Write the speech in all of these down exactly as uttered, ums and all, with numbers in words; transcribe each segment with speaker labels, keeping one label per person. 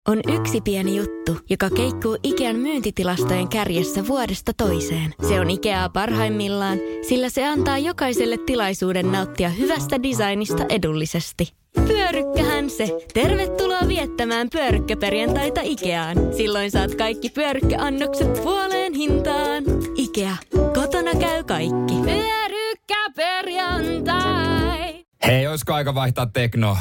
Speaker 1: On yksi pieni juttu, joka keikkuu Ikean myyntitilastojen kärjessä vuodesta toiseen. Se on Ikeaa parhaimmillaan, sillä se antaa jokaiselle tilaisuuden nauttia hyvästä designista edullisesti. Pyörykkähän se. Tervetuloa viettämään pyörykkäperjantaita Ikeaan. Silloin saat kaikki pyörykkäannokset puoleen hintaan. Ikea. Kotona käy kaikki. Pyörykkäperjantai.
Speaker 2: Hei, olisiko aika vaihtaa teknoa?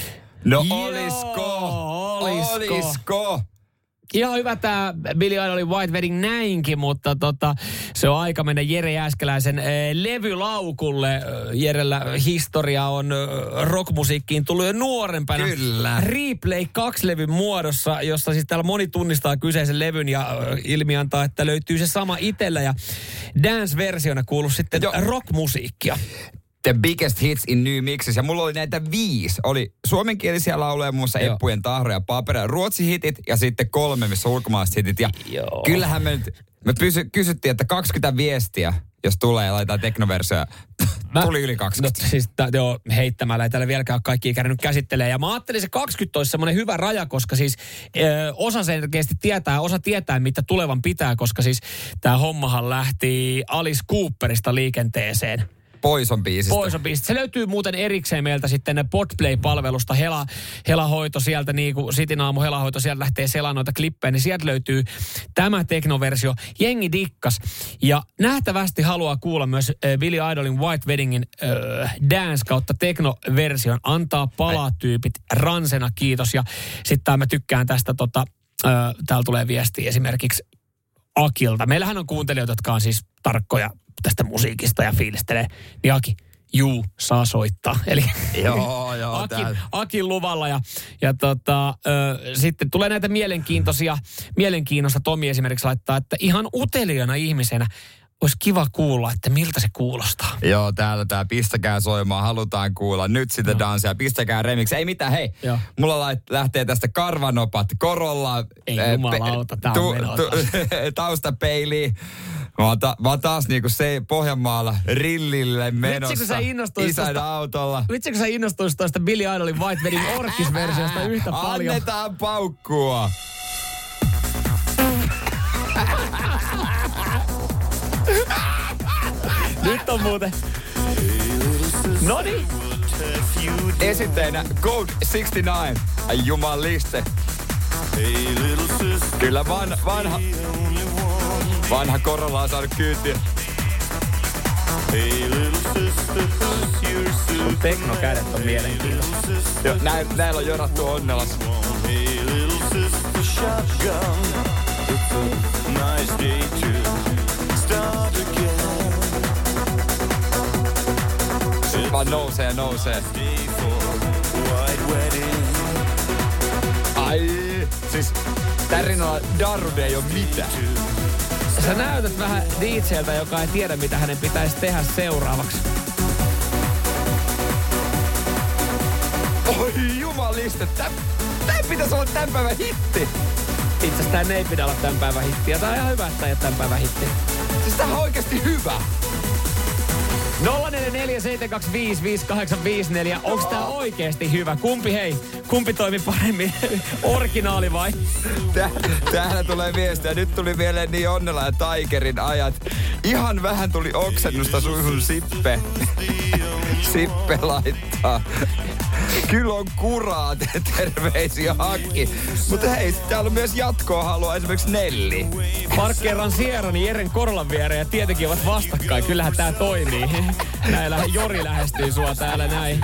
Speaker 2: No
Speaker 3: Joo,
Speaker 2: olisko?
Speaker 3: olisko?
Speaker 2: Olisko?
Speaker 3: Ihan hyvä tää Billy Idolin White Wedding näinkin, mutta tota, se on aika mennä Jere Jääskeläisen äh, levylaukulle. Äh, Jerellä historia on äh, rockmusiikkiin tullut jo nuorempana.
Speaker 2: Kyllä.
Speaker 3: Replay kaksi-levyn muodossa, jossa siis täällä moni tunnistaa kyseisen levyn ja äh, ilmi antaa, että löytyy se sama itsellä. Ja dance-versiona kuuluu sitten
Speaker 2: Jo.
Speaker 3: rockmusiikkia.
Speaker 2: The biggest hits in new mixes. Ja mulla oli näitä viisi. Oli suomenkielisiä lauluja, muun muassa
Speaker 3: Joo.
Speaker 2: Eppujen tahro ja paperi. Ruotsi hitit ja sitten kolme, missä ulkomaalaiset hitit. Ja
Speaker 3: Joo.
Speaker 2: kyllähän me nyt, me pysy, kysyttiin, että kaksikymmentä viestiä, jos tulee ja laitetaan teknoversioja. Tuli yli kaksikymmentä.
Speaker 3: No siis t- joo, heittämällä ei täällä vieläkään kaikki käynyt käsittelemään. Ja mä ajattelin, se kaksikymmentä olisi semmoinen hyvä raja, koska siis ö, osa selkeästi tietää, osa tietää, mitä tulevan pitää, koska siis tämä hommahan lähti Alice Cooperista liikenteeseen.
Speaker 2: Poison biisistä.
Speaker 3: Poison biisistä. Se löytyy muuten erikseen meiltä sitten Podplay-palvelusta. Hela, Helahoito sieltä, niin kuin Sitin aamu Helahoito, sieltä lähtee selaamaan noita klippejä, niin sieltä löytyy tämä teknoversio. Jengi dikkas. Ja nähtävästi haluaa kuulla myös äh, Billy Idolin White Weddingin äh, dance kautta teknoversion. Antaa palatyypit ransena, kiitos. Ja sitten mä tykkään tästä, tota, äh, täällä tulee viestiä esimerkiksi Akilta. Meillähän on kuuntelijoita, jotka on siis tarkkoja tästä musiikista ja fiilistelee. Niin Aki, juu, saa soittaa. Eli
Speaker 2: Joo, joo.
Speaker 3: Akin, Akin luvalla. Ja, ja tota, ö, sitten tulee näitä mielenkiintoisia, mielenkiinnosta Tomi esimerkiksi laittaa, että ihan uteliaana ihmisenä olisi kiva kuulla, että miltä se kuulostaa.
Speaker 2: Joo, täällä tää pistäkää soimaan, halutaan kuulla. Nyt sitä no. danssia, pistäkää remix. Ei mitään, hei. Joo. Mulla lait, lähtee tästä karvanopat korolla.
Speaker 3: Ei äh, jumalauta, tää on tu, tu,
Speaker 2: taustapeiliin. Mä oon, ta, mä oon taas niinku se Pohjanmaalla rillille menossa.
Speaker 3: Vitsi, kun sä innostuisit
Speaker 2: isän tosta, autolla.
Speaker 3: Vitsi, kun sä innostuisit tosta Billy Idolin White Wedding orkisversiosta yhtä paljon.
Speaker 2: Annetaan paukkua.
Speaker 3: Nyt on muuten. Noniin.
Speaker 2: Esitteinä Gold kuusikymmentäyhdeksän. Ai jumaliste. Kyllä van, vanha, vanha Korolla on saanut kyytiä.
Speaker 3: Sun teknokädet on mielenkiintoista.
Speaker 2: Joo, näin, näillä on jorattu Onnelas. Sitten vaan nousee ja nousee. Ai, siis tärinalla Darude ei oo mitään.
Speaker 3: Sä näytät vähän D J:ltä, joka ei tiedä, mitä hänen pitäisi tehdä seuraavaksi.
Speaker 2: Oi jumaliste, tää, tää pitäisi olla tän päivän hitti.
Speaker 3: Itse asiassa tää ei pidä olla tän päivän hitti. Ja tää on ihan hyvä, että tää ei ole tän päivän hitti.
Speaker 2: Siis tää on oikeesti hyvä.
Speaker 3: nolla neljä neljä seitsemän kaksi viisi viisi kahdeksan viisi neljä. Onks tää oikeesti hyvä? Kumpi hei? Kumpi toimi paremmin? Originaali vai?
Speaker 2: Tää, täällä tulee viestiä. Nyt tuli mieleen niin Onnela ja Tigerin ajat. Ihan vähän tuli oksennusta suihun Sippe. Sippe laittaa. Kyllä on kuraa, terveisiä Hakki. Mutta hei, täällä on myös jatkoa halua esimerkiksi Nelli.
Speaker 3: Parkkeeran Sierrani Jeren Korolan viereen ja tietenkin ovat vastakkain. Kyllähän tää toimii. Näillä Jori lähestyy sua täällä näin.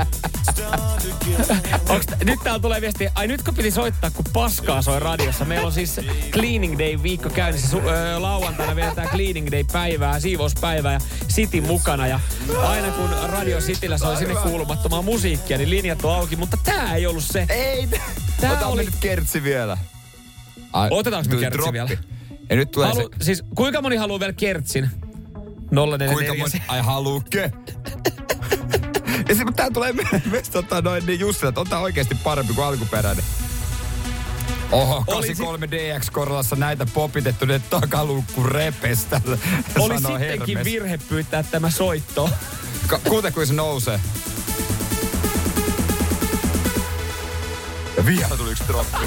Speaker 3: Onks t- nyt täällä tulee viesti, ai nytkö piti soittaa, kun paskaa soi radiossa. Meillä on siis Cleaning Day viikko käynnissä. Su- öö, lauantaina vietetään Cleaning Day päivää, siivouspäivää ja City mukana. Ja aina kun Radio Cityllä soi sinne kuulumattomaa musiikkia, niin linjat on auki. Mutta tää ei ollut se.
Speaker 2: Ei.
Speaker 3: Tää
Speaker 2: Otamme
Speaker 3: oli...
Speaker 2: nyt kertsi vielä. Ai,
Speaker 3: Otetaanko me kertsi vielä?
Speaker 2: Ja nyt tulee
Speaker 3: Halu...
Speaker 2: se...
Speaker 3: Siis kuinka moni haluaa vielä kertsin? nolla neljä neljä.
Speaker 2: Kuinka moni? Ai haluukke? Ja sitten tää tulee myös tota noin niin Jussi, että on tää oikeesti parempi kuin alkuperäinen. Oho, kahdeksankymmentäkolme D X Korolassa näitä popitettu, ne takaluukku repestä.
Speaker 3: Oli sittenkin Hermes. Virhe pyytää tämä soitto.
Speaker 2: Ka- kuule, kun se nousee. Ja vielä tuli yksi droppi.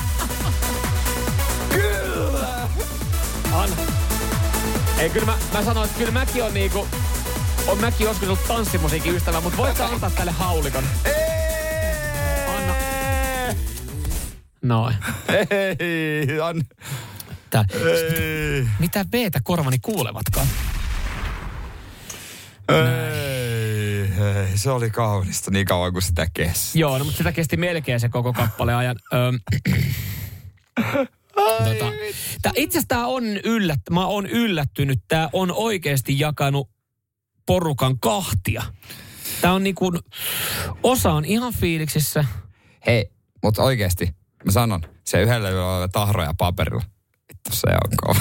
Speaker 2: Kyllä!
Speaker 3: Anna. Ei, kyllä mä, mä sanoin, että kyllä mäkin on niinku... On mäkin joskus ollut tanssimusiikin ystävä, mutta voit sä antaa tälle haulikon?
Speaker 2: Ei!
Speaker 3: Anna. Noin.
Speaker 2: Ei, an...
Speaker 3: Tää. Ei. Mitä B:tä korvani kuulevatkaan?
Speaker 2: Ei, ei, se oli kaunista niin kauan kuin sitä kesti.
Speaker 3: Joo, no, mutta sitä kesti melkein se koko kappale ajan. Öm. Tota, tää, itse asiassa tää on yllät, mä oon yllättynyt. Tää on oikeasti jakanut porukan kahtia. Tää on niinku, osa on ihan fiiliksissä.
Speaker 2: Hei, mutta oikeasti, mä sanon, se yhdellä yöllä tahroja paperilla. Vittu se on kova.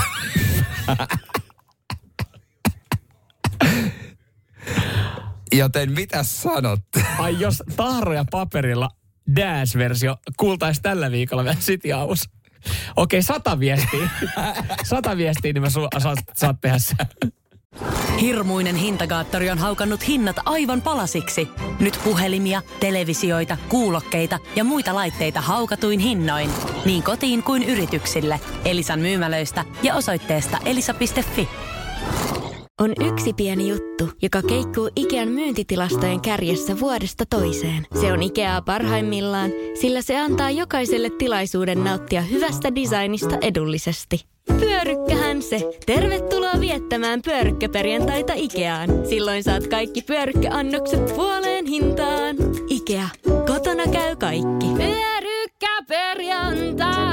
Speaker 2: Joten mitä sanotte?
Speaker 3: Ai jos tahroja paperilla dance-versio kuultaisi tällä viikolla vielä City House. Okei, sata viestiä. Sata viestiä, niin mä su- saat, saat tehdä sen.
Speaker 4: Hirmuinen hintakaattori on haukannut hinnat aivan palasiksi. Nyt puhelimia, televisioita, kuulokkeita ja muita laitteita haukatuin hinnoin. Niin kotiin kuin yrityksille. Elisan myymälöistä ja osoitteesta elisa piste fi.
Speaker 1: On yksi pieni juttu, joka keikkuu Ikean myyntitilastojen kärjessä vuodesta toiseen. Se on Ikeaa parhaimmillaan, sillä se antaa jokaiselle tilaisuuden nauttia hyvästä designista edullisesti. Pyörykkähän se! Tervetuloa viettämään pyörykkäperjantaita Ikeaan. Silloin saat kaikki pyörykkäannokset puoleen hintaan. Ikea. Kotona käy kaikki. Pyörykkäperjantai!